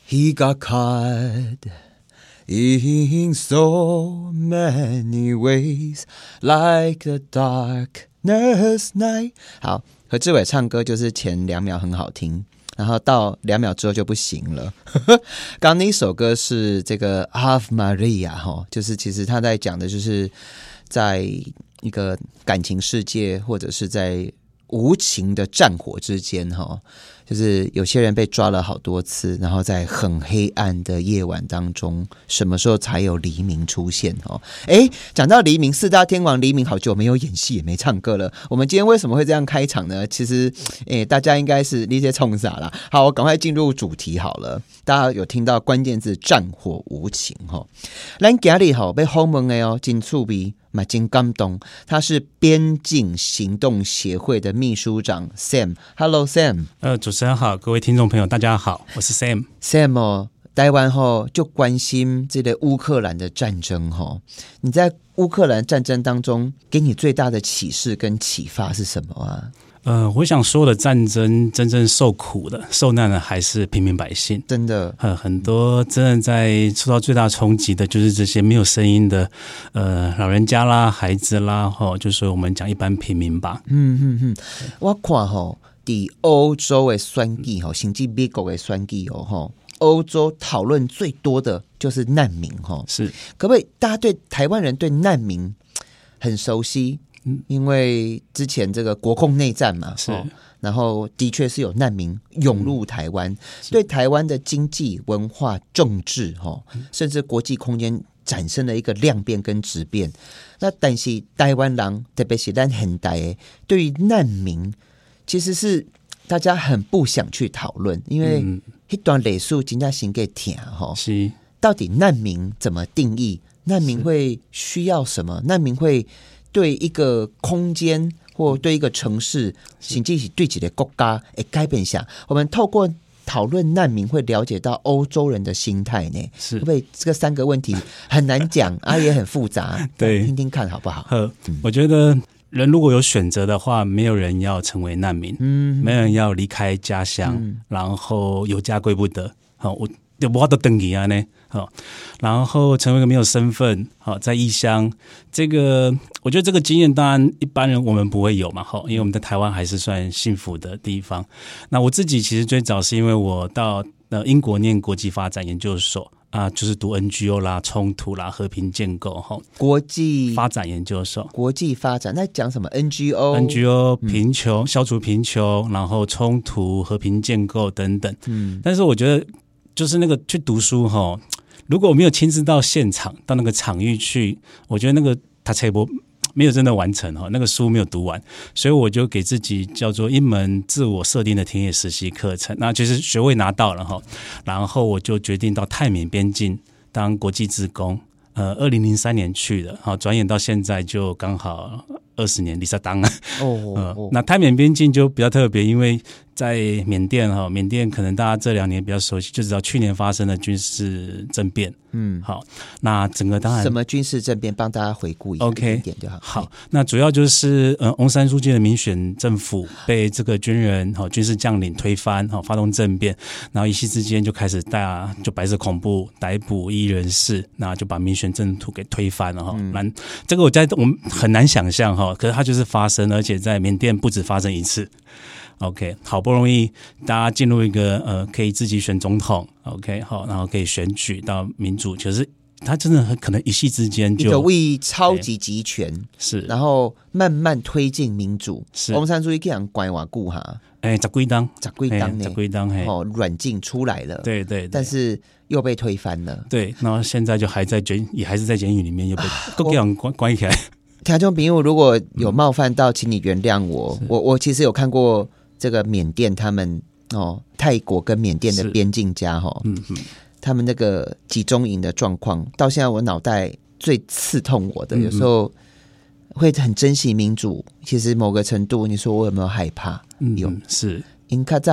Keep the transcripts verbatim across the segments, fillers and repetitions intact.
He got caught in so many ways, like the darkness night. 好，何志伟唱歌就是前两秒很好听，然后到两秒之后就不行了。刚刚那一首歌是这个 Ave Maria， 就是其实他在讲的就是在一个感情世界，或者是在无情的战火之间，就是有些人被抓了好多次，然后在很黑暗的夜晚当中，什么时候才有黎明出现？诶，讲到黎明，四大天王黎明好久没有演戏也没唱歌了，我们今天为什么会这样开场呢？其实诶，大家应该是那些冲傻啦。好，我赶快进入主题好了。大家有听到关键字战火无情，咱今日要访问的哦，真趣味嘛，真感动。他是边境行动协会的秘书长 Sam。Hello Sam。 呃，主持人好，各位听众朋友大家好，我是 Sam。 Sam 哦，台湾哦就关心这个乌克兰的战争哦。你在乌克兰战争当中，给你最大的启示跟启发是什么啊？ 呃，我想说的战争真正受苦的、受难的还是平民百姓， 真的， 呃，很多真的在受到最大冲击的，就是这些没有声音的，呃，老人家啦、孩子啦，吼，就是我们讲一般平民吧。 嗯嗯嗯，我看吼，在欧洲的选举吼，甚至美国的选举吼，欧洲讨论最多的就是难民吼， 是， 可不可以？大家对台湾人对难民很熟悉。因为之前这个国共内战嘛， 是， 然后的确是有难民涌入台湾，对台湾的经济、文化、政治，甚至国际空间产生了一个量变跟质变。那但是台湾人，特别是咱现代的，对于难民其实是大家很不想去讨论，因为那段历史真的心给痛哈。 是， 到底难民怎么定义？难民会需要什么？难民会对一个空间或对一个城市，甚至是对几个国家会改变下。我们透过讨论难民，会了解到欧洲人的心态呢。 是， 会不会这个三个问题很难讲啊，也很复杂？ 对， 听听看好不好？ 嗯、我觉得人如果有选择的话，没有人要成为难民，嗯，没有人要离开家乡，嗯、然后有家归不得。好，我就没法都登记啊呢。好，然后成为一个没有身份，好，在异乡，这个我觉得这个经验当然一般人我们不会有嘛，好，因为我们在台湾还是算幸福的地方。那我自己其实最早是因为我到呃英国念国际发展研究所啊，就是读 N G O 啦、冲突啦、和平建构哈， 国际发展研究所， 国际发展那讲什么 N G O？N G O 贫穷、嗯、消除贫穷，然后冲突、和平建构等等。嗯，但是我觉得就是那个去读书哈。如果我没有亲自到现场，到那个场域去，我觉得那个读册没没有真的完成，那个书没有读完，所以我就给自己叫做一门自我设定的田野实习课程。那其实学位拿到了，然后我就决定到泰缅边境当国际志工。呃，二零零三年去的，好，转眼到现在就刚好二十年，离萨当了。哦、呃，那泰缅边境就比较特别，因为在缅甸哈，缅甸可能大家这两年比较熟悉，就知道去年发生的军事政变。嗯，好，那整个当然什么军事政变，帮大家回顾一下 ，OK， 一点就好。 好，那主要就是呃，翁山书记的民选政府被这个军人哈、军事将领推翻，哈，发动政变，然后一夕之间就开始大就白色恐怖，逮捕异议人士，那就把民选政府给推翻了哈。那、嗯、这个我在我们很难想象哈，可是它就是发生，而且在缅甸不止发生一次。OK， 好不容易大家进入一个呃可以自己选总统 ，OK， 好，然后可以选举到民主，可是他真的很可能一夕之间就一个为超级集权是， 然后慢慢推进民主。 是， 翁山书记这样拐瓦固哈， 哎，十几当， 十几当呢， 十几当，嘿， 哦，软禁出来了， 对 对, 对， 但是又被推翻了， 对，然后现在就还在监，也还是在监狱里面，又被都给人关关起来。 听众朋友，如果有冒犯到，请你原谅我。我我其实有看过这个缅甸他们哦，泰国跟缅甸的边境家哈、哦，嗯嗯，他们那个集中营的状况，到现在我脑袋最刺痛我的，嗯嗯，有时候会很珍惜民主。其实某个程度，你说我有没有害怕？ 嗯，有是。 因卡在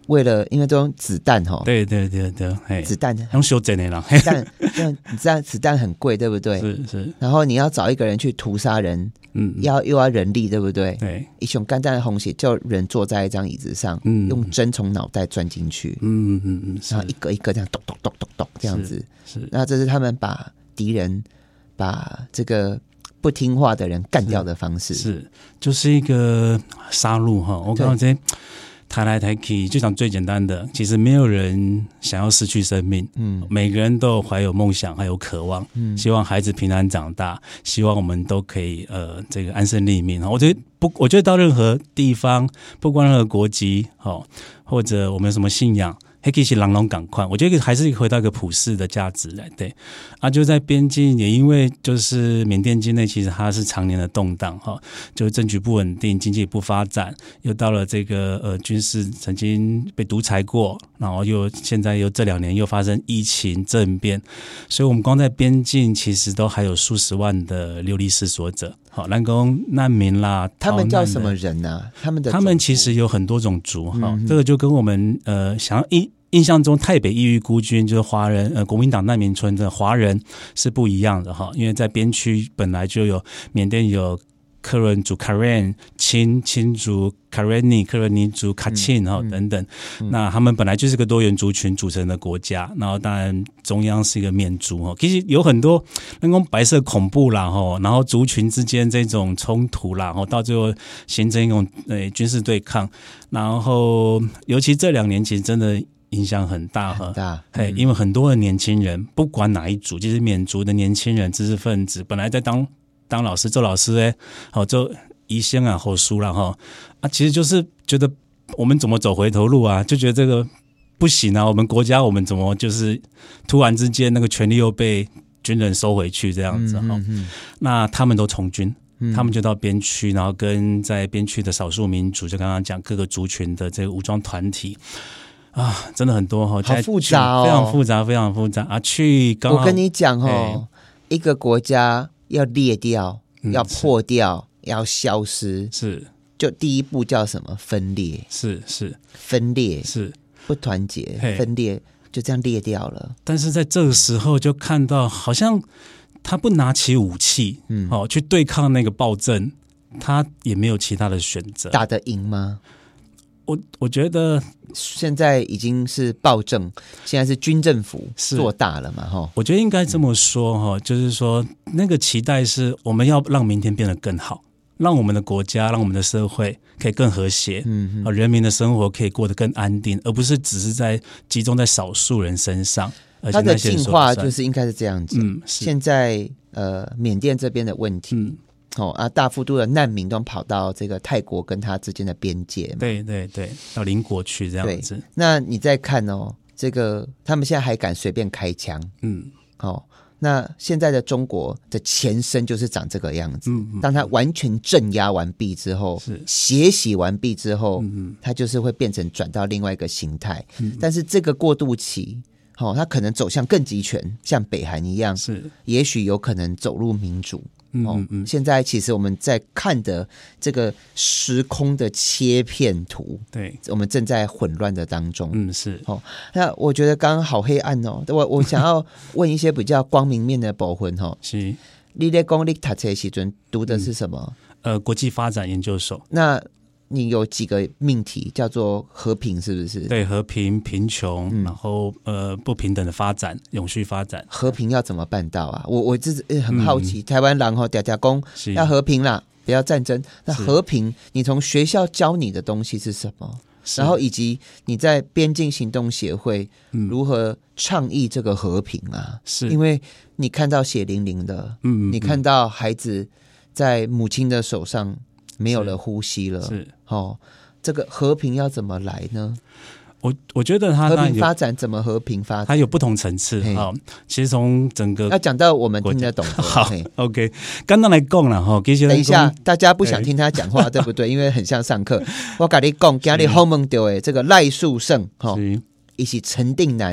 为了因为这种子弹哈， 对对对对， 子弹用修整的啦， 子弹，你知道子弹很贵，对不对？ 是是。 然后你要找一个人去屠杀人，嗯，要又要人力，对不对？ 对。 一熊干弹的红血，叫人坐在一张椅子上，嗯，用针从脑袋钻进去，嗯嗯嗯，然后一个一个这样咚咚咚咚咚这样子，是。是那这是他们把敌人把这个不听话的人干掉的方式， 是，是就是一个杀戮哈。我刚刚这。抬来抬去，就讲最简单的，其实没有人想要失去生命，嗯，每个人都怀有梦想，还有渴望，嗯，希望孩子平安长大，希望我们都可以呃这个安身立命。我觉得不，我觉得到任何地方，不管任何国籍，好，或者我们有什么信仰。黑其实狼龙赶快，我觉得还是回到一个普世的价值来，对啊，就在边境也因为就是缅甸境内其实它是常年的动荡哈，就是政局不稳定，经济不发展，又到了这个呃军事曾经被独裁过，然后又现在又这两年又发生疫情政变，所以我们光在边境其实都还有数十万的流离失所者。好，南宫难民啦， 他们叫什么人呢、啊？他们的他们其实有很多种族哈、嗯，这个就跟我们呃想要印印象中泰北异域孤军就是华人呃国民党难民村的华人是不一样的哈，因为在边区本来就有缅甸有克伦族 Karen 亲亲族 Kareni 克伦尼族卡钦哈等等、嗯嗯，那他们本来就是个多元族群组成的国家，然后当然中央是一个缅族哈，其实有很多那种白色恐怖啦哈，然后族群之间这种冲突啦，哈，到最后形成一种呃军事对抗，然后尤其这两年其实真的影响很大哈， 很大， 嗯、因为很多的年轻人不管哪一族，就是缅族的年轻人知识分子本来在当。当老师做老师哎，好做医生啊，后书了哈啊，其实就是觉得我们怎么走回头路啊，就觉得这个不行啊，我们国家我们怎么就是突然之间那个权力又被军人收回去这样子哈、嗯嗯嗯，那他们都从军、嗯，他们就到边区，然后跟在边区的少数民族，就刚刚讲各个族群的这个武装团体。啊，真的很多哈， 好复杂哦， 非常复杂，非常复杂啊！去刚好， 我跟你讲哦，一个国家。要裂掉，要破掉、嗯，要消失， 是就第一步叫什么？分裂， 是是分裂， 是不团结，分裂就这样裂掉了。 但是在这个时候就看到，好像他不拿起武器，嗯，哦，去对抗那个暴政，他也没有其他的选择。 打得赢吗？ 我我觉得现在已经是暴政，现在是军政府做大了嘛，哈。 我觉得应该这么说哈、嗯，就是说那个期待是我们要让明天变得更好，让我们的国家、让我们的社会可以更和谐，嗯，人民的生活可以过得更安定，而不是只是在集中在少数人身上。 它的进化就是应该是这样子。嗯，现在呃，缅甸这边的问题。嗯哦啊，大幅度的难民都跑到这个泰国跟他之间的边界嘛， 对对对，到邻国去这样子。 那你再看哦，这个他们现在还敢随便开枪，嗯，哦，那现在的中国的前身就是长这个样子。嗯嗯，当他完全镇压完毕之后，是血洗完毕之后，嗯嗯，他就是会变成转到另外一个形态。嗯，但是这个过渡期。哦，他可能走向更集权，像北韩一样，是也许有可能走入民主。嗯嗯嗯，现在其实我们在看的这个时空的切片图，对，我们正在混乱的当中。 嗯，是。 哦，那我觉得刚刚好黑暗哦，我我想要问一些比较光明面的部分哈。 是， 你在讲你读册的时候读的是什么？ 嗯、呃，国际发展研究所。 那你有几个命题叫做和平，是不是？ 对，和平、贫穷，嗯、然后呃不平等的发展、永续发展。 和平要怎么办到啊？我我就是很好奇，嗯、台湾人吼嗲嗲公要和平啦，不要战争。那和平，你从学校教你的东西是什么？然后以及你在边境行动协会如何倡议这个和平啊？是因为你看到血淋淋的，嗯，你看到孩子在母亲的手上。没有了呼吸了，是哦，这个和平要怎么来呢？ 我我觉得它和平发展怎么和平发展？ 它有不同层次哈。其实从整个要讲到我们听得懂的。 好 ，OK， 刚刚来讲了哈。 等一下，大家不想听他讲话，对不对？因为很像上课。我跟你讲，今日访问到的这个赖树胜哈，以及陈定南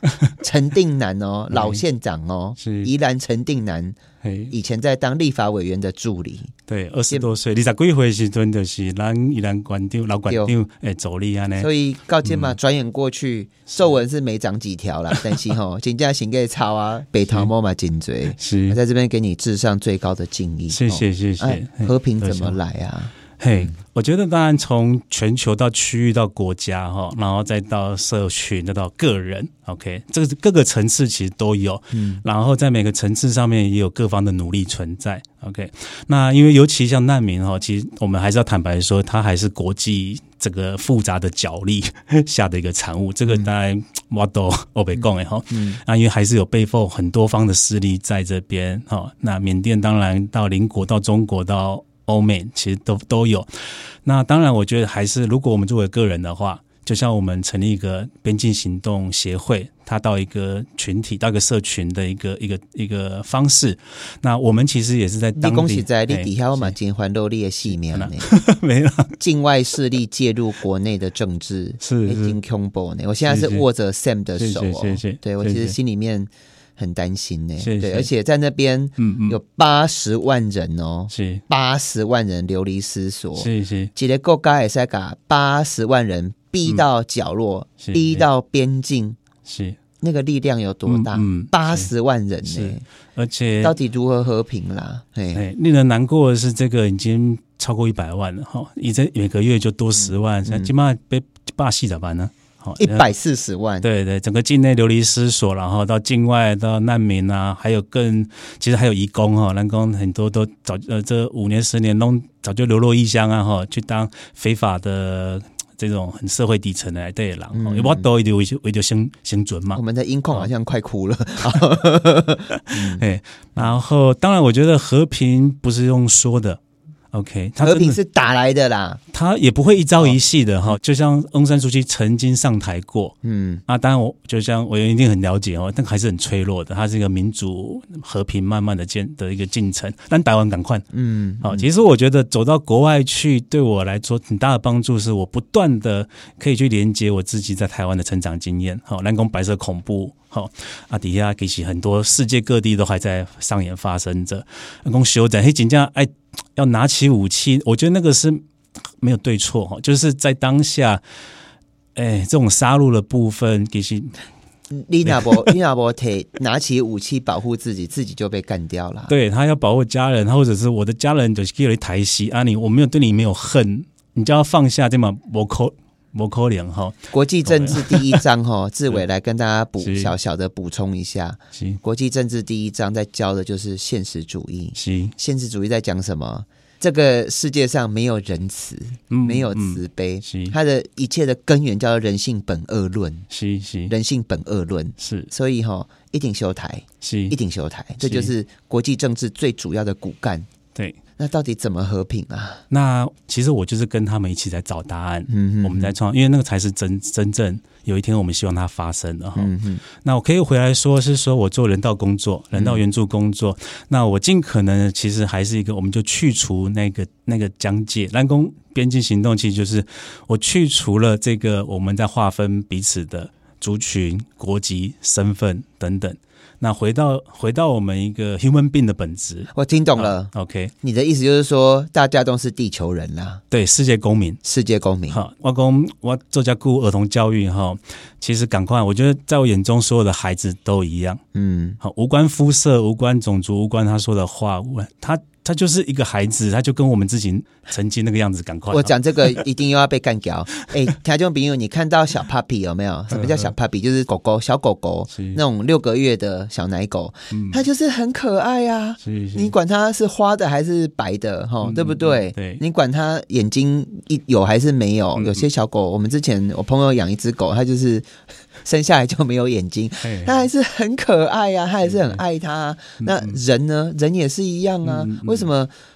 陈定南哦，老县长哦，宜兰陈定南。以前在当立法委员的助理， 对，二十多岁，二十几岁时阵就是咱宜兰县长、老县长诶助理啊呢。 所以到今嘛转眼过去，皱纹是没长几条啦，但是吼，真正心给操啊，北头毛嘛真多。是，在这边给你致上最高的敬意。 谢谢谢谢、哎。 和平怎么来啊？ 嘿，我觉得当然从全球到区域到国家哈，然后再到社群，再到个人 ，OK， 这个各个层次其实都有，嗯，然后在每个层次上面也有各方的努力存在 ，OK。那因为尤其像难民哈，其实我们还是要坦白说，它还是国际这个复杂的角力下的一个产物，这个当然我都我没讲的哈，嗯，那因为还是有背后很多方的势力在这边哈，那缅甸当然到邻国到中国到欧美其实都都有，那当然我觉得还是如果我们作为个人的话，就像我们成立一个边境行动协会，它到一个群体到一个社群的一个一个一个方式，那我们其实也是在当地。 你恭喜在你底下我们金环肉力的细面呢， 没了。 境外势力介入国内的政治是已经恐怖呢。我现在是握着 Sam 的手、哦， 谢谢谢谢对我其实心里面很担心呢、 欸， 对，而且在那边有八十万人哦，是八十万人流离失所， 是是， 几个国家也是把八十万人逼到角落，嗯、逼到边境， 是那个力量有多大？八十、嗯、万人呢、欸， 而且到底如何和平啦？ 哎，令人难过的是，这个已经超过一百万了哈，以前每个月就多十万，现在起码被霸气咋办呢？ 一百四十万， 对对，整个境内流离失所，然后到境外到难民啊，还有更其实还有移工哈，难工很多都早呃这五年十年都早就流落异乡啊哈，去当非法的这种很社会底层的对人，嗯，也不都一直为为着生生存嘛。 我们的音控好像快哭了， 哎、嗯，然后当然我觉得和平不是用说的。OK， 和平是打来的啦， 他也不会一朝一夕的哈、哦，就像翁山书记曾经上台过，嗯，啊，当然我就像我一定很了解哦，但还是很脆弱的，它是一个民主和平慢慢的建的一个进程，但台湾赶快，嗯，好、哦，其实我觉得走到国外去，对我来说很大的帮助是我不断的可以去连接我自己在台湾的成长经验，好、哦，南宫白色恐怖。好啊，底下其实很多世界各地都还在上演发生着。讲修整，嘿，真正哎，要拿起武器，我觉得那个是没有对错哈，就是在当下，哎，这种杀戮的部分，其实你那不你那不提拿起武器保护自己，自己就被干掉了。 对他要保护家人，或者是我的家人就是给你抬膝啊，你我没有对你没有恨，你就要放下这么不可。不可能哈， 国际政治第一章哈，志伟来跟大家补小小的补充一下。国际政治第一章在教的就是现实主义。现实主义在讲什么？这个世界上没有仁慈，嗯、没有慈悲，嗯、它的一切的根源叫做人性本恶论。是是，人性本恶论是，所以哈，一定修台，是一定修台，这就是国际政治最主要的骨干。对。那到底怎么和平啊？ 那其实我就是跟他们一起在找答案，嗯、我们在创，因为那个才是真真正有一天我们希望它发生的哈。嗯、那我可以回来说是说我做人道工作、人道援助工作，嗯、那我尽可能其实还是一个，我们就去除那个那个疆界，南宫边境行动其实就是我去除了这个我们在划分彼此的族群、国籍、身份等等。那回到回到我们一个 human being 的本质， 我听懂了。 啊、OK， 你的意思就是说，大家都是地球人啦， 对，世界公民， 世界公民。 好，我讲我做家顾儿童教育哈，其实赶快，我觉得在我眼中，所有的孩子都一样，嗯，好，无关肤色，无关种族，无关他说的话，无关他。他就是一个孩子，他就跟我们自己曾经那个样子，赶快。 我讲这个一定又要被干掉。哎、欸，听众朋友，你看到小 puppy 有没有？什么叫小 puppy？ 就是狗狗，小狗狗，那种六个月的小奶狗，嗯、它就是很可爱啊。你管它是花的还是白的，哈、嗯，对不对？对。你管它眼睛有还是没有？嗯、有些小狗，我们之前我朋友养一只狗，它就是生下来就没有眼睛，它还是很可爱啊，它还是很爱它、啊。那人呢？人也是一样啊。嗯为什么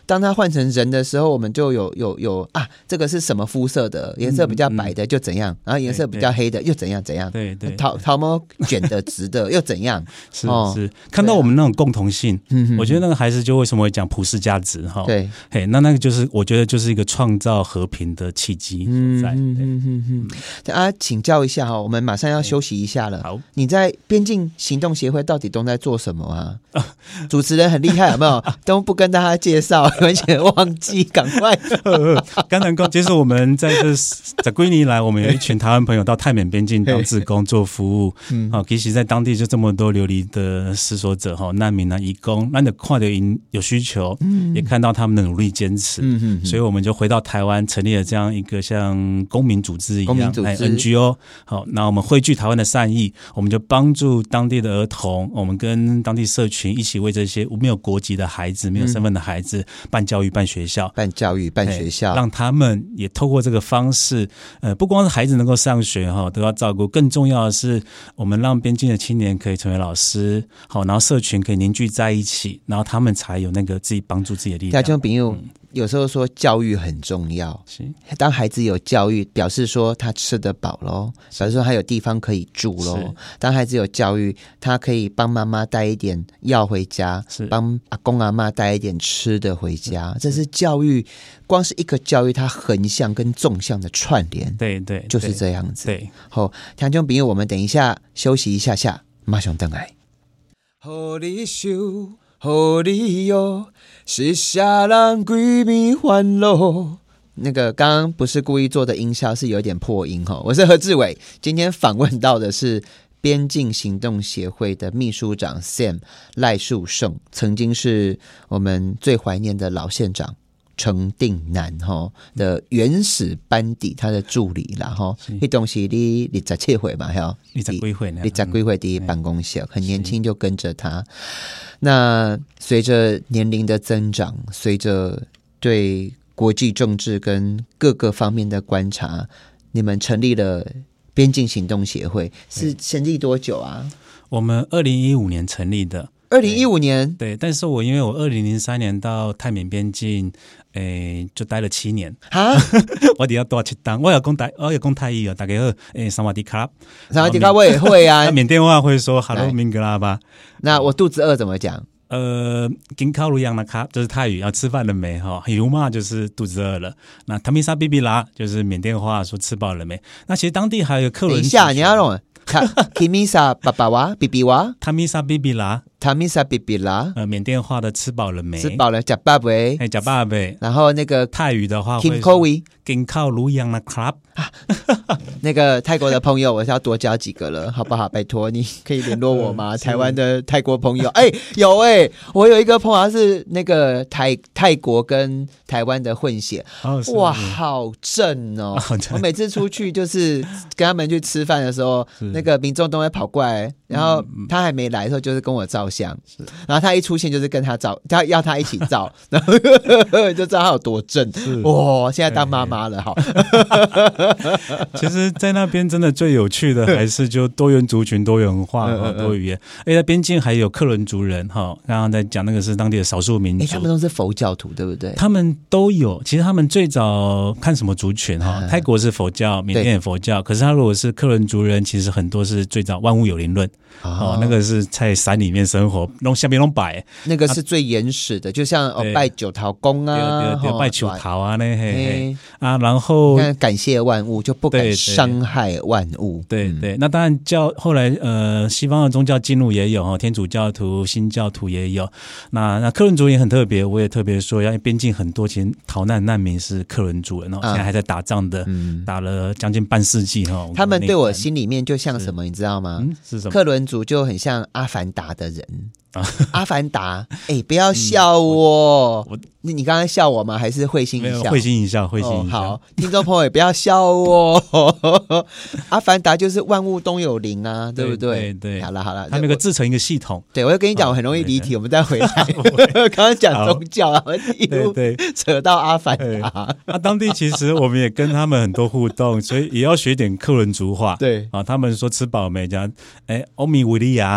当它换成人的时候，我们就有有有啊，这个是什么肤色的？颜色比较白的就怎样，嗯、然后颜色比较黑的又怎样怎样？ 对对， 桃桃毛卷的直的又怎样？ 是、哦、是，看到我们那种共同性，嗯、我觉得那个还是就为什么会讲普世价值哈？ 对， 嘿，那那个就是我觉得就是一个创造和平的契机所在。嗯嗯嗯嗯嗯。啊，请教一下哈，我们马上要休息一下了。 好， 你在边境行动协会到底都在做什么啊？主持人很厉害，有没有？都不跟大家介绍，而且忘记，赶快。 刚才讲，其实我们在这在归尼来，我们有一群台湾朋友到泰缅边境当志工做服务。嗯，好，其实在当地就这么多流离的失所者哈、难民啊、移工，那你看到有需求，嗯，也看到他们的努力坚持，嗯嗯，所以我们就回到台湾，成立了这样一个像公民组织一样，哎 N G O。好，那我们汇聚台湾的善意，我们就帮助当地的儿童，我们跟当地社群一起为这些没有国籍的孩子、没有身份的孩子办教育、办学校、 办教育、办学校， 让他们也透过这个方式，呃，不光是孩子能够上学哈，都要照顾，更重要的是，我们让边境的青年可以成为老师，好，然后社群可以凝聚在一起，然后他们才有那个自己帮助自己的力量。 听众朋友，有时候说教育很重要，当孩子有教育，表示说他吃得饱咯，表示说他有地方可以住咯。当孩子有教育，他可以帮妈妈带一点药回家，帮阿公阿嬷带一点吃的回家，这是教育。光是一个教育，它横向跟纵向的串联， 对对， 就是这样子。 对， 好，听众朋友，我们等一下休息一下下，马上回来。予你受，予你忧，是啥人鬼迷烦恼？那个刚刚不是故意做的音效，是有点破音哈。我是何志伟，今天访问到的是边境行动协会的秘书长 Sam 赖树胜，曾经是我们最怀念的老县长程定南的原始班底，他的助理啦哈，那东西你二十七岁嘛哈， 二十几岁呢， 二十几岁第一办公室，很年轻就跟着他。那随着年龄的增长，随着对国际政治跟各个方面的观察，你们成立了边境行动协会，是成立多久啊？ 我们二零一五年成立的。 二零一五年， 对，但是我因为我二零零三年到泰缅边境，诶，就待了七年啊。我得要多去当，我要讲台，我要讲泰语啊，大家好，诶，萨瓦迪卡， 萨瓦迪卡我也会啊。 缅甸话会说 “hello 明格拉巴”。 那我肚子饿怎么讲？ 呃，金卡鲁扬那卡就是泰语，要吃饭了没哈？有嘛就是肚子饿了。那塔米萨比比拉就是缅甸话说吃饱了没？那其实当地还有客人。 等一下，你要弄。塔米萨爸爸哇，比比哇， 塔米萨比比拉， 塔米萨比比拉， 呃，缅甸话的吃饱了没？ 吃饱了，假爸呗， 哎，假爸呗。 然后那个泰语的话， 金口味， 金靠卢阳的 club。 那个泰国的朋友，我是要多交几个了，好不好？拜托，你可以联络我吗？台湾的泰国朋友，哎、欸，有哎、欸，我有一个朋友是那个泰泰国跟台湾的混血，哦、哇，好正哦！哦我每次出去就是跟他们去吃饭的时候，那个民众都会跑过来，然后他还没来的时候就是跟我照相，然后他一出现就是跟他照，他要他一起照，然后就知道他有多正。哇、哦，现在当妈妈了，好。 其实，在那边真的最有趣的还是就多元族群、多元化、多语言。而且在边境还有克伦族人哈，刚刚在讲那个是当地的少数民族， 他们都是佛教徒，对不对？ 他们都有。其实他们最早看什么族群哈？泰国是佛教，缅甸也佛教。可是他如果是克伦族人，其实很多是最早万物有灵论。哦，那个是在山里面生活，弄下面弄摆， 那个是最原始的，就像哦拜九桃公啊， 对对对，拜九桃啊，那嘿嘿啊，然后感谢万物，就不敢伤害万物。 对 对, 对，那当然教后来呃，西方的宗教进入也有哦，天主教徒、新教徒也有。那那克伦族也很特别，我也特别说，因为边境很多其实逃难难民是克伦族人哦，现在还在打仗的，嗯、打了将近半世纪哈。 他们对我心里面就像什么，你知道吗？ 嗯、是什么？ 克伦族就很像阿凡达的人。阿凡达，哎、欸，不要笑我！嗯、我你你刚刚笑我吗？还是会心一笑？ 会心一笑，会心一笑。 哦、好，听众朋友也不要笑我。阿凡达就是万物都有灵啊，对不对？ 对 对, 对。 好了好了， 他那个制成一个系统。 对，我就跟你讲，我很容易离题，我们再回来。刚刚讲宗教啊，一路扯到阿凡达。 啊，当地其实我们也跟他们很多互动，所以也要学点克伦族话。 对啊， 他们说吃饱没？讲哎，欧米维利亚。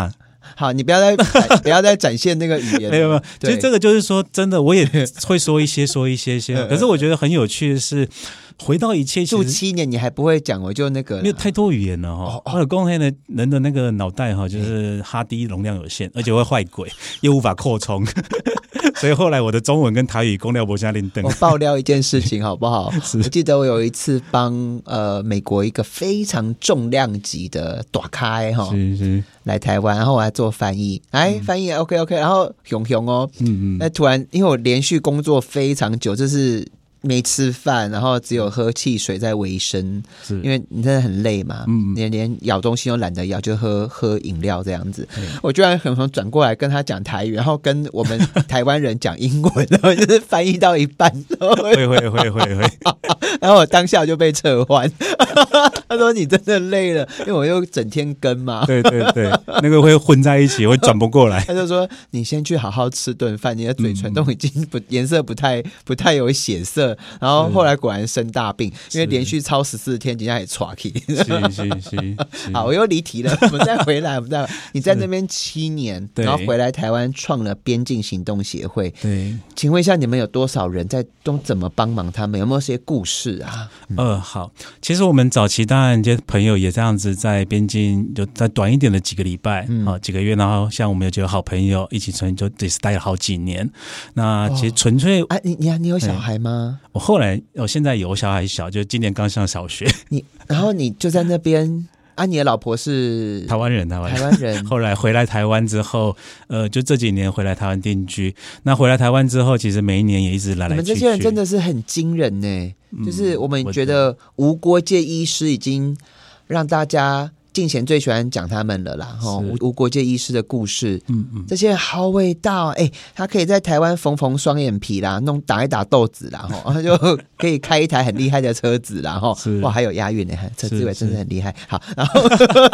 好，你不要再不要再展现那个语言。 没有没有，其实这个就是说，真的，我也会说一些说一些些。可是我觉得很有趣的是，回到一切， 住七年你还不会讲，我就那个没有太多语言了哈。我的公黑的人的那个脑袋哈，就是哈迪容量有限，而且会坏鬼，又无法扩充。所以后来我的中文跟台语公料博下林登。 我爆料一件事情好不好？我记得我有一次帮呃美国一个非常重量级的大咖哈，是是来台湾，然后我还做翻译，哎、嗯、翻译 OK OK， 然后熊熊哦，嗯嗯，那突然因为我连续工作非常久，这是。没吃饭，然后只有喝汽水在维生，因为你真的很累嘛，嗯、连连咬东西都懒得咬，就喝喝饮料这样子。我居然很想转过来跟他讲台语，然后跟我们台湾人讲英文，然后就是翻译到一半， 会会会会会， 然后我当下就被撤换。他说你真的累了，因为我又整天跟嘛。 对对对，那个会混在一起，会转不过来。 他就说你先去好好吃顿饭，你的嘴唇都已经不颜色不太不太有血色。然后后来果然生大病，因为连续超十四天，人家也喘气。 是是是， 好，我又离题了，我们再回来，我们再你在那边七年，然后回来台湾创了边境行动协会。 对， 请问一下，你们有多少人在都怎么帮忙他们？有没有些故事啊？ 呃，好，其实我们早期当然这些朋友也这样子在边境，就在短一点的几个礼拜，嗯、啊几个月，然后像我们有几个好朋友一起存，就也是待了好几年。那其实纯粹， 哎、哦啊，你你你有小孩吗？ 我后来，我现在有小孩小，就今年刚上小学。 你，然后你就在那边啊？你的老婆是台湾人，台湾人， 台湾人。 后来回来台湾之后，呃，就这几年回来台湾定居。那回来台湾之后，其实每一年也一直来来去去。 你们这些人真的是很惊人呢，嗯、就是我们觉得无国界医师已经让大家。敬贤最喜欢讲他们了啦，无无国界医师的故事，嗯嗯，这些人好伟大哦！哎、欸，他可以在台湾缝缝双眼皮啦，弄打一打豆子啦，哈，就可以开一台很厉害的车子啦，哈，哇，还有押韵呢，车志伟真的很厉害。好，然后，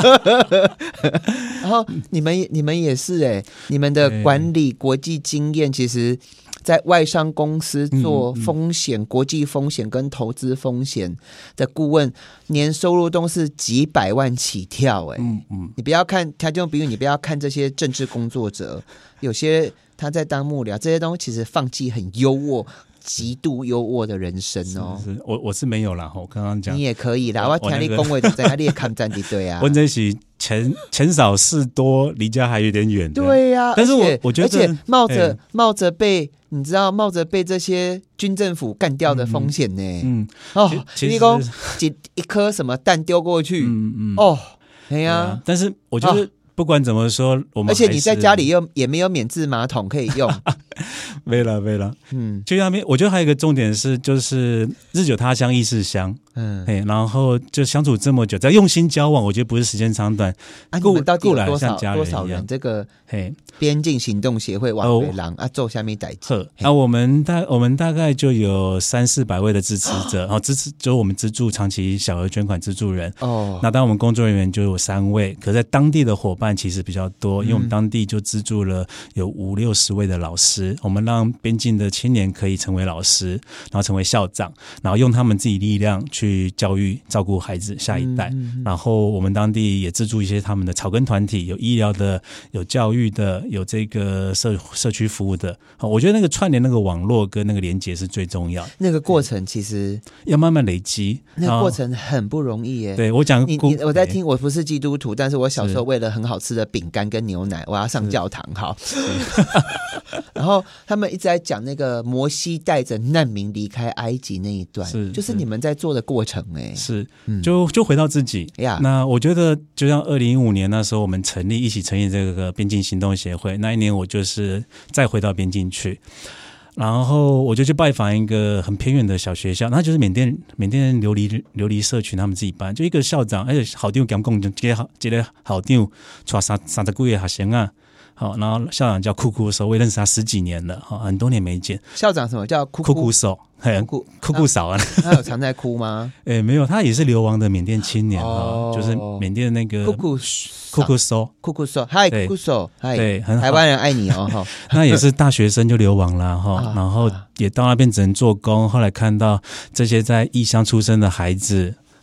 然后你们你们也是哎、欸，你们的管理国际经验其实。在外商公司做风险、嗯嗯、国际风险跟投资风险的顾问，年收入都是几百万起跳哎、欸嗯嗯！你不要看，他就比如你不要看这些政治工作者，有些他在当幕僚，这些东西其实放弃很优渥。极度优渥的人生哦， 是是我我是没有啦，我刚刚讲你也可以啦，我听你恭维的在哪里看战的对啊， 我这是钱钱少事多，离家还有点远， 对呀、啊， 但是我我觉得， 而且冒着、欸、冒着被你知道冒着被这些军政府干掉的风险呢，嗯，嗯哦，你说一一颗什么弹丢过去，嗯嗯，哦，哎呀、啊， 但是我觉得。哦不管怎么说，我们而且你在家里又也没有免治马桶可以用， 没了没了。嗯，就那边，我觉得还有一个重点是，就是日久他乡意识乡。嗯，然后就相处这么久，只要用心交往，我觉得不是时间长短。 啊，你们到底有多少多少人？这个嘿，边境行动协会往回廊、哦、啊，做下面代志。 啊，我们大我们大概就有三四百位的支持者，然后支持就是我们资助长期小额捐款资助人。哦，那当然我们工作人员就有三位，可是在当地的伙伴其实比较多，因为我们当地就资助了有五六十位的老师，我们让边境的青年可以成为老师，然后成为校长，然后用他们自己力量去。去教育照顾孩子下一代、嗯嗯、然后我们当地也资助一些他们的草根团体，有医疗的，有教育的，有这个社社区服务的。我觉得那个串联那个网络跟那个连结是最重要的， 那个过程其实要慢慢累积， 那个过程很不容易耶。 对，我讲你你我在听，我不是基督徒，但是我小时候为了很好吃的饼干跟牛奶，我要上教堂。好然后他们一直在讲那个摩西带着难民离开埃及那一段，是就是你们在做的过程哎、欸， 是就就回到自己呀。那我觉得就像二零一五年那时候我们成立一起成立这个边境行动协会，那一年我就是再回到边境去，然后我就去拜访一个很偏远的小学校，那就是缅甸缅甸流离流离社群他们自己班，就一个校长，而且校长讲讲，这个好这个校长带三三十几个学生啊。好，然后校长叫酷酷手，我也认识他十几年了，很多年没见。 校长什么叫酷酷酷手？酷酷酷嫂啊， 他有常在哭吗？ 哎、欸，没有，他也是流亡的缅甸青年、哦、就是缅甸的那个酷酷酷酷手， 酷酷手，嗨，酷酷手，嗨， 对，很好， 台湾人爱你哦， 那也是大学生就流亡了哈，然后也到那边只能做工，后来看到这些在异乡出生的孩子。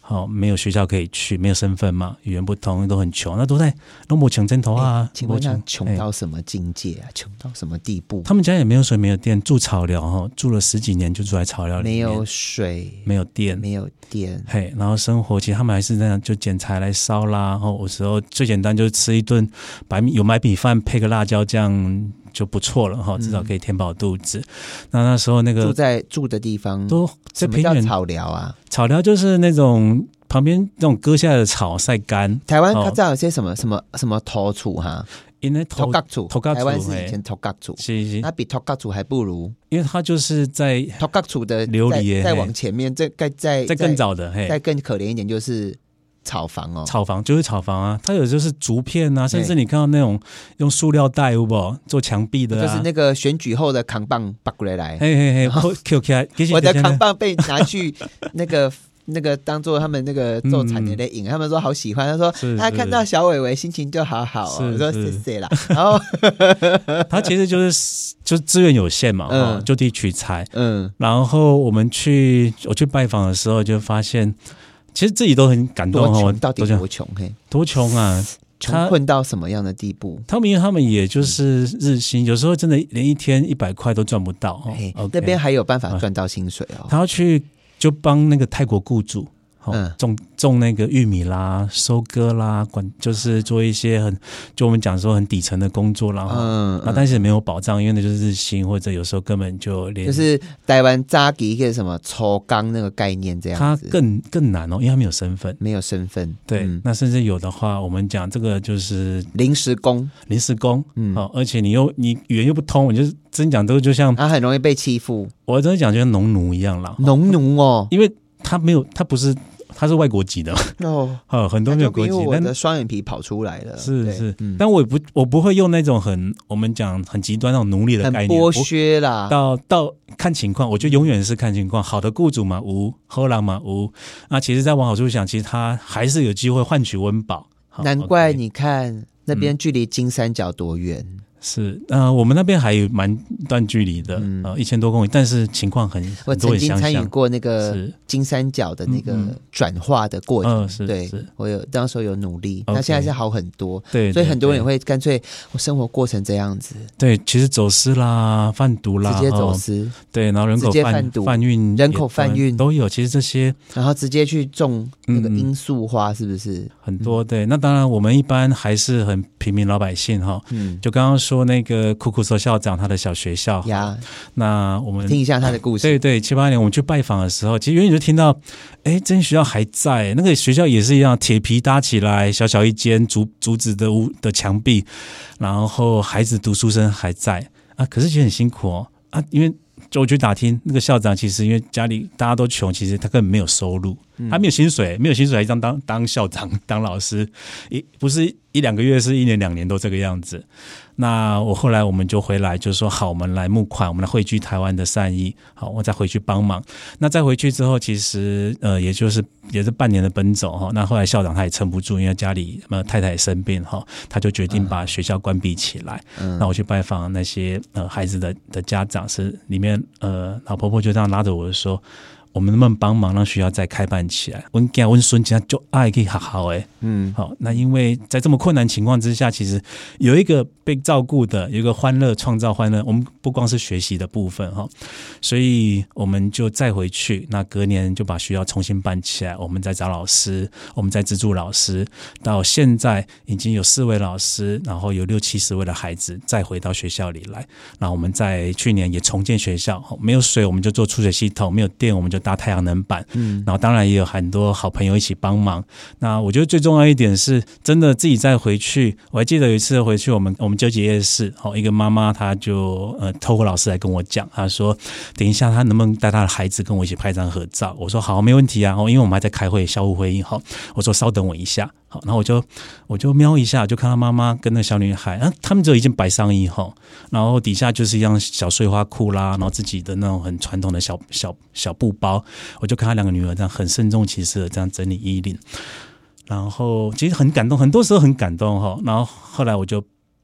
好、哦，没有学校可以去，没有身份嘛，语言不通，都很穷，那都在都没钱挣头啊。 欸、请问他穷到什么境界啊？穷、欸、到什么地步？ 他们家也没有水，没有电，住草寮哈，住了十几年就住在草寮里面， 没有水， 没有电， 没有电。 嘿，然后生活其实他们还是那样，就捡柴来烧啦。然后有时候最简单就是吃一顿白米，有买米饭配个辣椒酱就不错了哈，至少可以填饱肚子。嗯、那那时候那个住在住的地方都在偏远， 草寮啊， 草寮就是那种旁边那种割下来的草晒干。 台湾它知道有些什么、哦、什么什么土厝哈， 因为土角厝， 土角厝台湾是以前土角厝， 是是， 那比土角厝还不如， 因为它就是在土角厝的琉璃， 再往前面，再再再再更早的，嘿， 再更可怜一点就是草房哦， 草房就是草房啊，它有就是竹片啊，甚至你看到那种用塑料袋有没做墙壁的、啊， 就是那个选举后的扛棒拔过来， 嘿嘿嘿 ，Q 起来， 我的扛棒被拿去那个。那个当做他们那个做产业的影、嗯，他们说好喜欢，他说他看到小伟伟心情就好好哦，我说谢谢啦。然后他其实就是就资源有限嘛，嗯、就地取材。嗯，然后我们去我去拜访的时候，就发现其实自己都很感动哦，到底多穷嘿？ 多穷啊！ 穷困到什么样的地步？ 他们因为他们也就是日薪，有时候真的连一天一百块都赚不到。哦 okay、那边还有办法赚到薪水哦。 他要去。就帮那个泰国雇主、哦嗯、种种那个玉米啦、收割啦，管就是做一些很就我们讲说很底层的工作啦，嗯，嗯但是也没有保障，因为那就是日薪，或者有时候根本就连就是台湾早期一个什么抽钢那个概念这样子， 他更更难哦，因为他没有身份， 没有身份， 对、嗯，那甚至有的话，我们讲这个就是临时工， 临时工，嗯，哦，而且你又你语言又不通，你就是。真讲都就像他很容易被欺负， 我真的讲就像农奴一样啦， 农奴哦， 因为他没有，他不是，他是外国籍的哦，哦很多没有国籍， 但我的双眼皮跑出来了， 是是、嗯，但我也不，我不会用那种很我们讲很极端那种奴隶的概念， 很剥削啦， 到到看情况，我觉得永远是看情况，好的雇主嘛无，好人嘛无，那其实在往好处想，其实他还是有机会换取温饱， 难怪你看、嗯、那边距离金三角多远。 是，呃，我们那边还有蛮段距离的，嗯、呃，一千多公里，但是情况很， 我曾经参与过那个金三角的那个转化的过程，嗯嗯、是对是我有当时候有努力，那、okay, 现在是好很多，对，所以很多人也会干脆我生活过成这样子， 对，其实走私啦、贩毒啦， 直接走私， 对，然后人口贩毒、贩运、 人口贩运都有，其实这些， 然后直接去种那个罂粟花，是不是、嗯、 很多？对，那当然我们一般还是很平民老百姓哈，嗯，就刚刚说。说那个酷酷索校长他的小学校呀，那我们听一下他的故事。 对对，七八年我们去拜访的时候，其实远远就听到，哎，这间学校还在，那个学校也是一样，铁皮搭起来，小小一间竹竹子的屋的墙壁，然后孩子读书声还在啊，可是其实很辛苦哦啊，因为就我去打听，那个校长其实因为家里大家都穷，其实他根本没有收入，嗯、他没有薪水，没有薪水还当当当校长当老师，一不是一两个月，是一年两年都这个样子。那我后来我们就回来，就说好，我们来募款，我们来汇聚台湾的善意，好，我再回去帮忙。那再回去之后，其实呃，也就是也是半年的奔走哈。那后来校长他也撑不住，因为家里呃太太也生病哈，他就决定把学校关闭起来。嗯、那我去拜访那些呃孩子的的家长，是里面呃老婆婆就这样拉着我说。我们能不能帮忙让学校再开办起来？我们家我孙家就爱可以好好哎，嗯，好。那因为在这么困难情况之下，其实有一个被照顾的，有一个欢乐创造欢乐。我们不光是学习的部分哈，所以我们就再回去。那隔年就把学校重新办起来，我们再找老师，我们再资助老师。到现在已经有四位老师，然后有六七十位的孩子再回到学校里来。然后我们在去年也重建学校，没有水我们就做出水系统，没有电我们就搭太阳能板，嗯，然后当然也有很多好朋友一起帮忙。那我觉得最重要一点是，真的自己再回去。我还记得有一次回去，我们我们纠结夜市，哦，一个妈妈她就呃透过老师来跟我讲，她说等一下她能不能带她的孩子跟我一起拍张合照？我说好，没问题啊，因为我们还在开会，校务会议，好，我说稍等我一下。好，然后我就我就瞄一下，就看到妈妈跟那小女孩，啊，他们只有一件白上衣哈，然后底下就是一样小碎花裤啦，然后自己的那种很传统的小小小布包，我就看他两个女儿这样很慎重其事的这样整理衣领，然后其实很感动，很多时候很感动哈。然后后来我就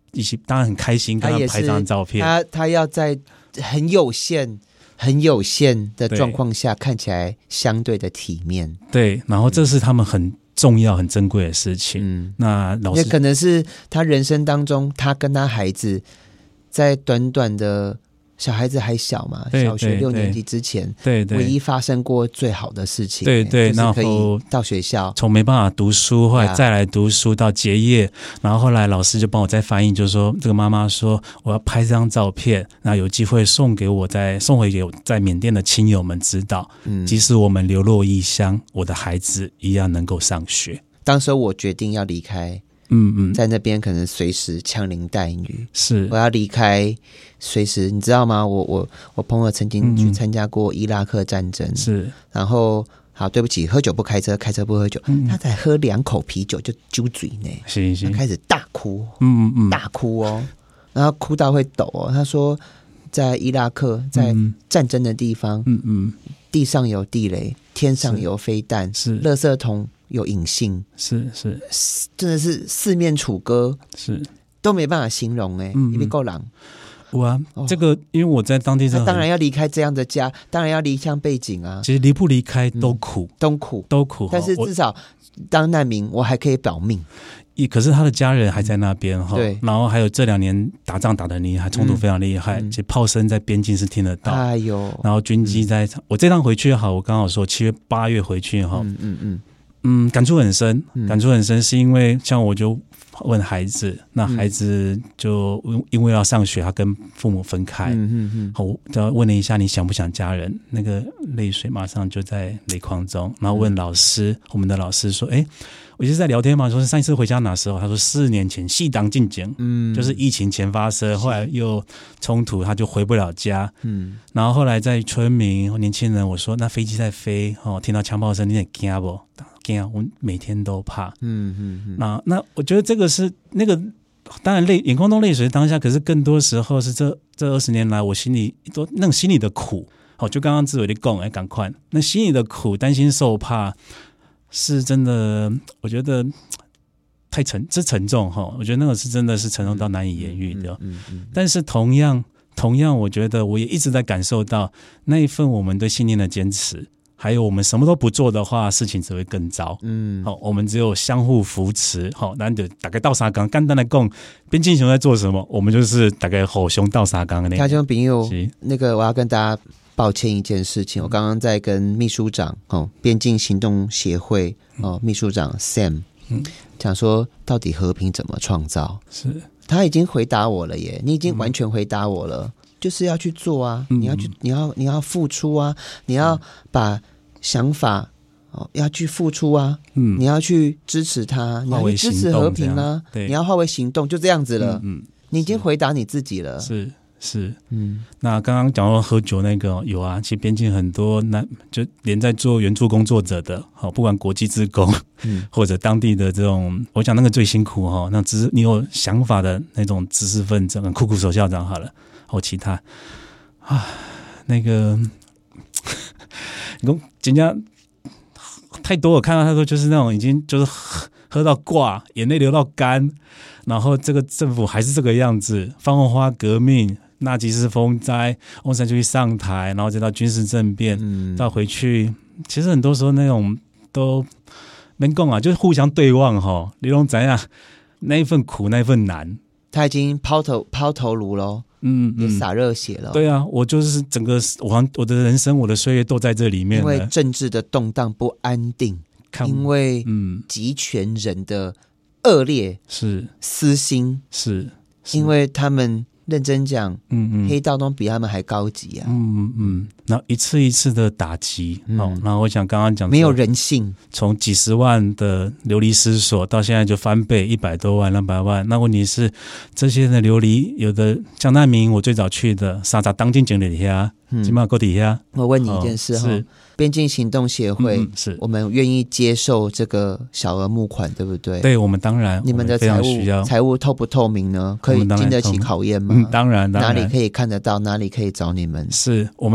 一起当然很开心，跟他拍张照片。 他他要在很有限、很有限的状况下，看起来相对的体面。 对，然后这是他们很重要、很珍贵的事情。嗯，那老师也可能是他人生当中，他跟他孩子在短短的。小孩子还小嘛，小学六年级之前， 对对， 唯一发生过最好的事情， 对对， 就是可以到学校， 从没办法读书，后来再来读书到结业，然后后来老师就帮我再翻译，就是说这个妈妈说我要拍这张照片，那有机会送给我在送回给我在缅甸的亲友们知道，嗯，即使我们流落异乡，我的孩子一样能够上学。 当时我决定要离开。嗯嗯，在那边可能随时枪林弹雨， 是我要离开，随时你知道吗？我我我朋友曾经去参加过伊拉克战争，是、嗯，然后好对不起，喝酒不开车，开车不喝酒，嗯、他才喝两口啤酒就揪嘴呢， 是是， 他开始大哭，嗯嗯嗯，大哭哦，然后哭到会抖哦。他说，在伊拉克，在战争的地方，嗯嗯，地上有地雷，天上有飞弹，是，垃圾桶。有隐性， 是是， 真的是四面楚歌， 是都没办法形容哎、欸，因为够狼。 哇，哦、这个因为我在当地， 他当然要离开这样的家，当然要离乡背景啊。 其实离不离开都苦，嗯、 都苦， 都苦。 但是至少当难民，我还可以保命。 可是他的家人还在那边哈， 对， 然后还有这两年打仗打得厉害，冲突非常厉害，嗯、其实炮声在边境是听得到。 哎呦， 然后军机在，嗯、我这趟回去哈，我刚好说七月八月回去哈，嗯嗯嗯。嗯，感触很深，感触很深，是因为像我就问孩子，那孩子就因为要上学，他跟父母分开，嗯嗯嗯，我就问了一下你想不想家人，那个泪水马上就在泪眶中，然后问老师，我们的老师说，哎，我就是在聊天嘛，说是上一次回家哪时候？他说四年前，细当进京，嗯，就是疫情前发生，后来又冲突，他就回不了家，嗯，然后后来在村民年轻人，我说那飞机在飞，哦，听到枪炮声，你很惊不？惊，我每天都怕，嗯嗯嗯，那那我觉得这个是那个，当然泪眼眶中泪水当下，可是更多时候是这这二十年来，我心里都那种心里的苦，哦，就刚刚志伟的讲，哎，赶快，那心里的苦，担心受怕。是真的，我觉得太沉，这沉重哈。我觉得那个是真的是沉重到难以言喻的。嗯嗯嗯、但是同样，同样，我觉得我也一直在感受到那一份我们对信念的坚持，还有我们什么都不做的话，事情只会更糟。嗯，好，我们只有相互扶持。好，那就大概倒沙缸，简单的讲，边境熊在做什么？我们就是大概吼熊倒沙缸的那个。 听众朋友，那个我要跟大家。抱歉一件事情，我刚刚在跟秘书长哦，边境行动协会哦，秘书长 Sam 讲说，到底和平怎么创造？是他已经回答我了耶，你已经完全回答我了，嗯、就是要去做啊，嗯、你要去，你要你要付出啊，你要把想法哦要去付出啊，嗯、你要去支持他，你要去支持和平啊，你要化为行动，就这样子了。嗯，嗯你已经回答你自己了。 是。是，嗯，那刚刚讲到喝酒那个有啊，其实边境很多那就连在做援助工作者的，好，不管国际志工，嗯，或者当地的这种，我讲那个最辛苦哈，那知你有想法的那种知识分子，酷酷手校长好了，或其他啊，那个，你讲人家太多，我看到他说就是那种已经就是喝喝到挂，眼泪流到干，然后这个政府还是这个样子，放红花革命。纳吉斯风灾，翁山就去上台，然后再到军事政变，嗯、到回去，其实很多时候那种都能共啊，就是互相对望哈。李龙怎样？那一份苦，那一份难， 他已经抛头抛头颅了，嗯，也洒热血了。 对啊，我就是整个我我的人生，我的岁月都在这里面了。 因为政治的动荡不安定，因为嗯集权人的恶劣是私心是， 是因为他们。认真讲，嗯嗯，黑道都比他们还高级啊， 嗯嗯，然后一次一次的打击，嗯、哦，然后我想刚刚讲没有人性， 从几十万的流离失所到现在就翻倍一百多万、两百万，那问题是这些的流离，有的像难民，我最早去的沙扎当进警里下，起码够底下。 我问你一件事哈、哦，边境行动协会、嗯、是我们愿意接受这个小额募款，对不对？ 对，我们当然， 你们的财务财务透不透明呢？可以经得起考验吗？ 嗯，当然，当然， 哪里可以看得到？哪里可以找你们？ 是我们欢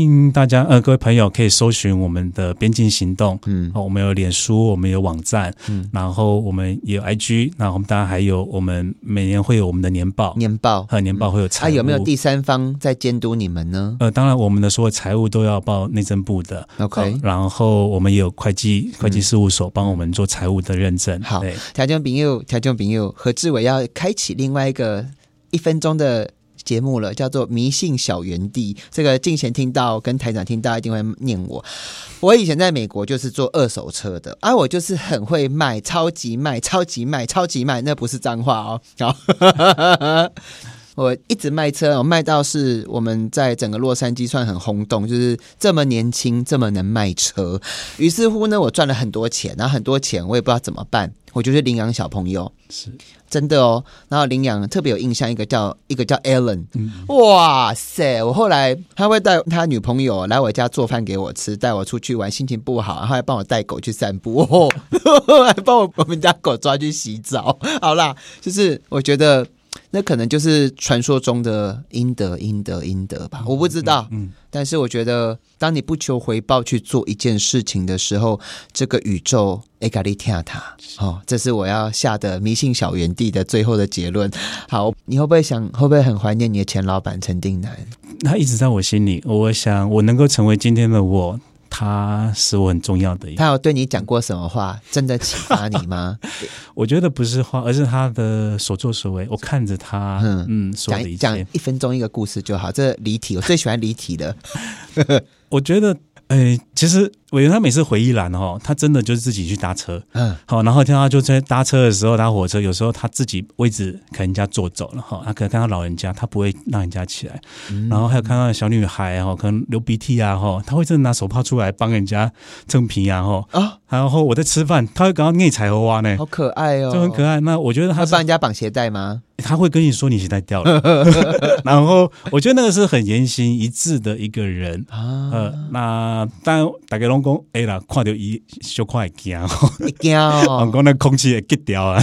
迎大家呃各位朋友可以搜寻我们的边境行动，嗯、哦，我们有脸书，我们有网站，嗯，然后我们也有 I G， 然后我们当然还有我们每年会有我们的年报， 年报和年报会有财务、 嗯、啊，有没有第三方在监督你们呢？ 呃，当然我们的所有财务都要报内政部的 ，OK，、呃、 然后我们也有会计会计事务所帮我们做财务的认证。 好，听众朋友，听众朋友，何志伟要开启另外一个一分钟的节目了，叫做迷信小园地。这个敬贤听到跟台长听到一定会念我。我以前在美国就是做二手车的，啊，我就是很会卖，超级卖，超级卖，超级卖，那不是脏话哦。好我一直卖车，我卖到是我们在整个洛杉矶算很轰动，就是这么年轻，这么能卖车。于是乎呢，我赚了很多钱，然后很多钱我也不知道怎么办，我就去领养小朋友， 是真的哦。然后领养特别有印象，一个叫一个叫 Alan，、嗯、哇塞！我后来他会带他女朋友来我家做饭给我吃，带我出去玩，心情不好，然后还帮我带狗去散步，哦、还帮我我们家狗抓去洗澡。好啦，就是我觉得。那可能就是传说中的应得应得应得吧，我不知道、嗯嗯、但是我觉得当你不求回报去做一件事情的时候，这个宇宙会给你听它、哦、这是我要下的迷信小园地的最后的结论。好，你会不会想会不会很怀念你的前老板陈定南？ 他一直在我心里，我想我能够成为今天的我，他是我很重要的一个。 他有对你讲过什么话真的启发你吗？ 我觉得不是话，而是他的所作所为，我看着他嗯嗯说的一切。 讲一分钟一个故事就好，这离题，我最喜欢离题的。 我觉得诶，其实委员他每次回忆栏哦，他真的就是自己去搭车，嗯，好，然后听到他就在搭车的时候搭火车，有时候他自己位置可能人家坐走了哈，他可能看到老人家，他不会让人家起来，嗯、然后还有看到小女孩哈，可能流鼻涕啊哈，他会真的拿手帕出来帮人家蹭皮啊哈，啊，然后我在吃饭，他会刚刚内彩虹蛙呢， 好可爱哦， 就很可爱。那我觉得他会帮人家绑鞋带吗？ 他会跟你说你鞋带掉了，然后我觉得那个是很言行一致的一个人啊。呃，那当然大家拢讲，哎啦，看到伊小可会惊哦， 会惊哦， 我讲那空气会结掉啊。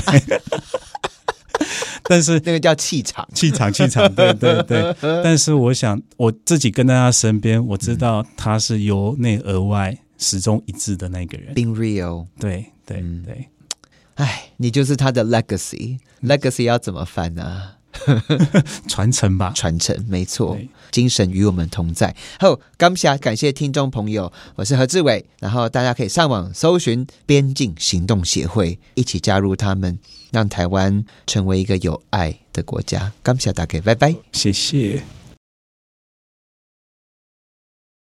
但是那个叫气场， 气场，气场，对对对。但是我想，我自己跟在他身边，我知道他是由内而外始终一致的那个人。 Being real， 对对嗯、对。 哎，你就是他的 legacy，legacy 要怎么翻呢、啊？ 传承吧， 传承，没错，精神与我们同在。好，感谢感谢听众朋友，我是何志伟，然后大家可以上网搜寻边境行动协会，一起加入他们，让台湾成为一个有爱的国家。感谢大家，拜拜， 谢谢。